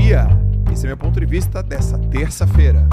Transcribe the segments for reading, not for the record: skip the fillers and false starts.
dia! Esse é meu ponto de vista dessa terça-feira.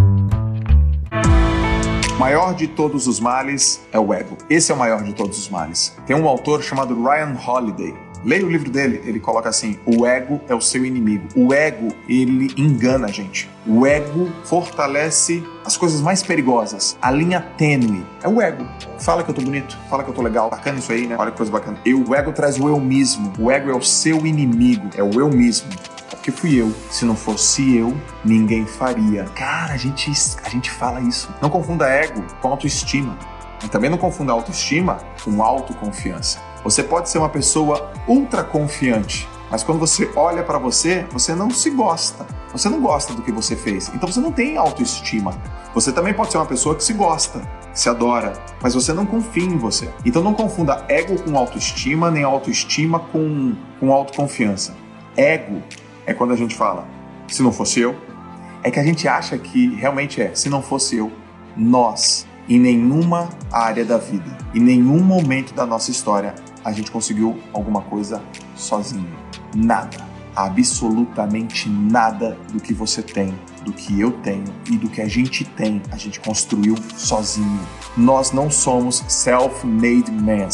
O maior de todos os males é o ego. Esse é o maior de todos os males. Tem um autor chamado Ryan Holiday. Leia o livro dele, ele coloca assim: o ego é o seu inimigo. O ego, ele engana a gente. O ego fortalece as coisas mais perigosas. A linha tênue é o ego. Fala que eu tô bonito, fala que eu tô legal. Bacana isso aí, né? Olha que coisa bacana. O ego traz o eu mesmo. O ego é o seu inimigo, é o eu mesmo. Porque fui eu. Se não fosse eu, ninguém faria. Cara, a gente fala isso. Não confunda ego com autoestima. E também não confunda autoestima com autoconfiança. Você pode ser uma pessoa ultra confiante, mas quando você olha pra você, você não se gosta. Você não gosta do que você fez. Então você não tem autoestima. Você também pode ser uma pessoa que se gosta, que se adora, mas você não confia em você. Então não confunda ego com autoestima, nem autoestima com autoconfiança. Ego é quando a gente fala, se não fosse eu, é que a gente acha que realmente se não fosse eu, nós, em nenhuma área da vida, em nenhum momento da nossa história, a gente conseguiu alguma coisa sozinho. Nada, absolutamente nada do que você tem, do que eu tenho e do que a gente tem, a gente construiu sozinho. Nós não somos self-made men,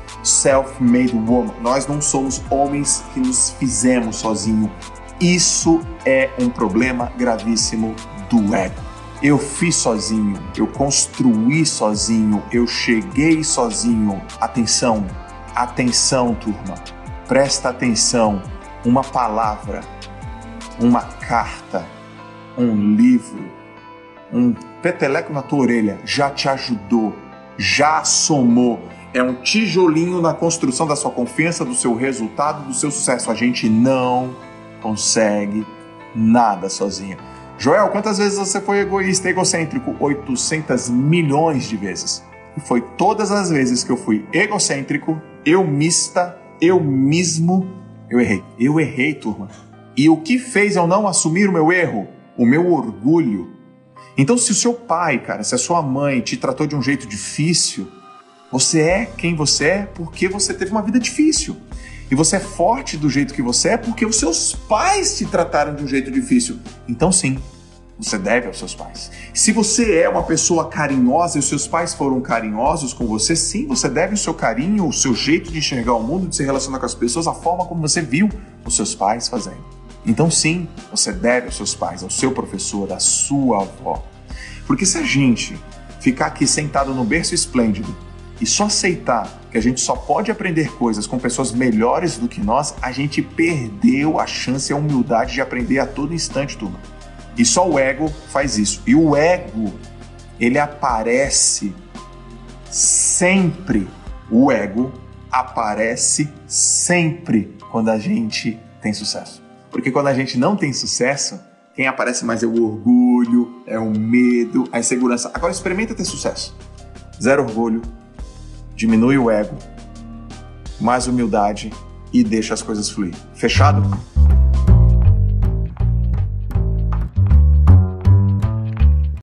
self-made woman. Nós não somos homens que nos fizemos sozinho. Isso é um problema gravíssimo do ego. Eu fiz sozinho, eu construí sozinho, eu cheguei sozinho. Atenção, atenção, turma. Presta atenção. Uma palavra, uma carta, um livro, um peteleco na tua orelha já te ajudou, já somou. É um tijolinho na construção da sua confiança, do seu resultado, do seu sucesso. A gente não consegue nada sozinho. Joel, quantas vezes você foi egoísta, egocêntrico? 800 milhões de vezes. E foi todas as vezes que eu fui egocêntrico, eumista, eu mesmo, eu errei. Eu errei, turma. E o que fez eu não assumir o meu erro? O meu orgulho. Então, se o seu pai, cara, se a sua mãe te tratou de um jeito difícil, você é quem você é porque você teve uma vida difícil. E você é forte do jeito que você é porque os seus pais te trataram de um jeito difícil. Então sim, você deve aos seus pais. Se você é uma pessoa carinhosa e os seus pais foram carinhosos com você, sim, você deve o seu carinho, o seu jeito de enxergar o mundo, de se relacionar com as pessoas, a forma como você viu os seus pais fazendo. Então sim, você deve aos seus pais, ao seu professor, à sua avó. Porque se a gente ficar aqui sentado no berço esplêndido e só aceitar que a gente só pode aprender coisas com pessoas melhores do que nós, a gente perdeu a chance e a humildade de aprender a todo instante, turma. E só o ego faz isso. E o ego, ele aparece sempre. O ego aparece sempre quando a gente tem sucesso. Porque quando a gente não tem sucesso, quem aparece mais é o orgulho, é o medo, a insegurança. Agora experimenta ter sucesso. Zero orgulho. Diminui o ego, mais humildade e deixa as coisas fluir. Fechado?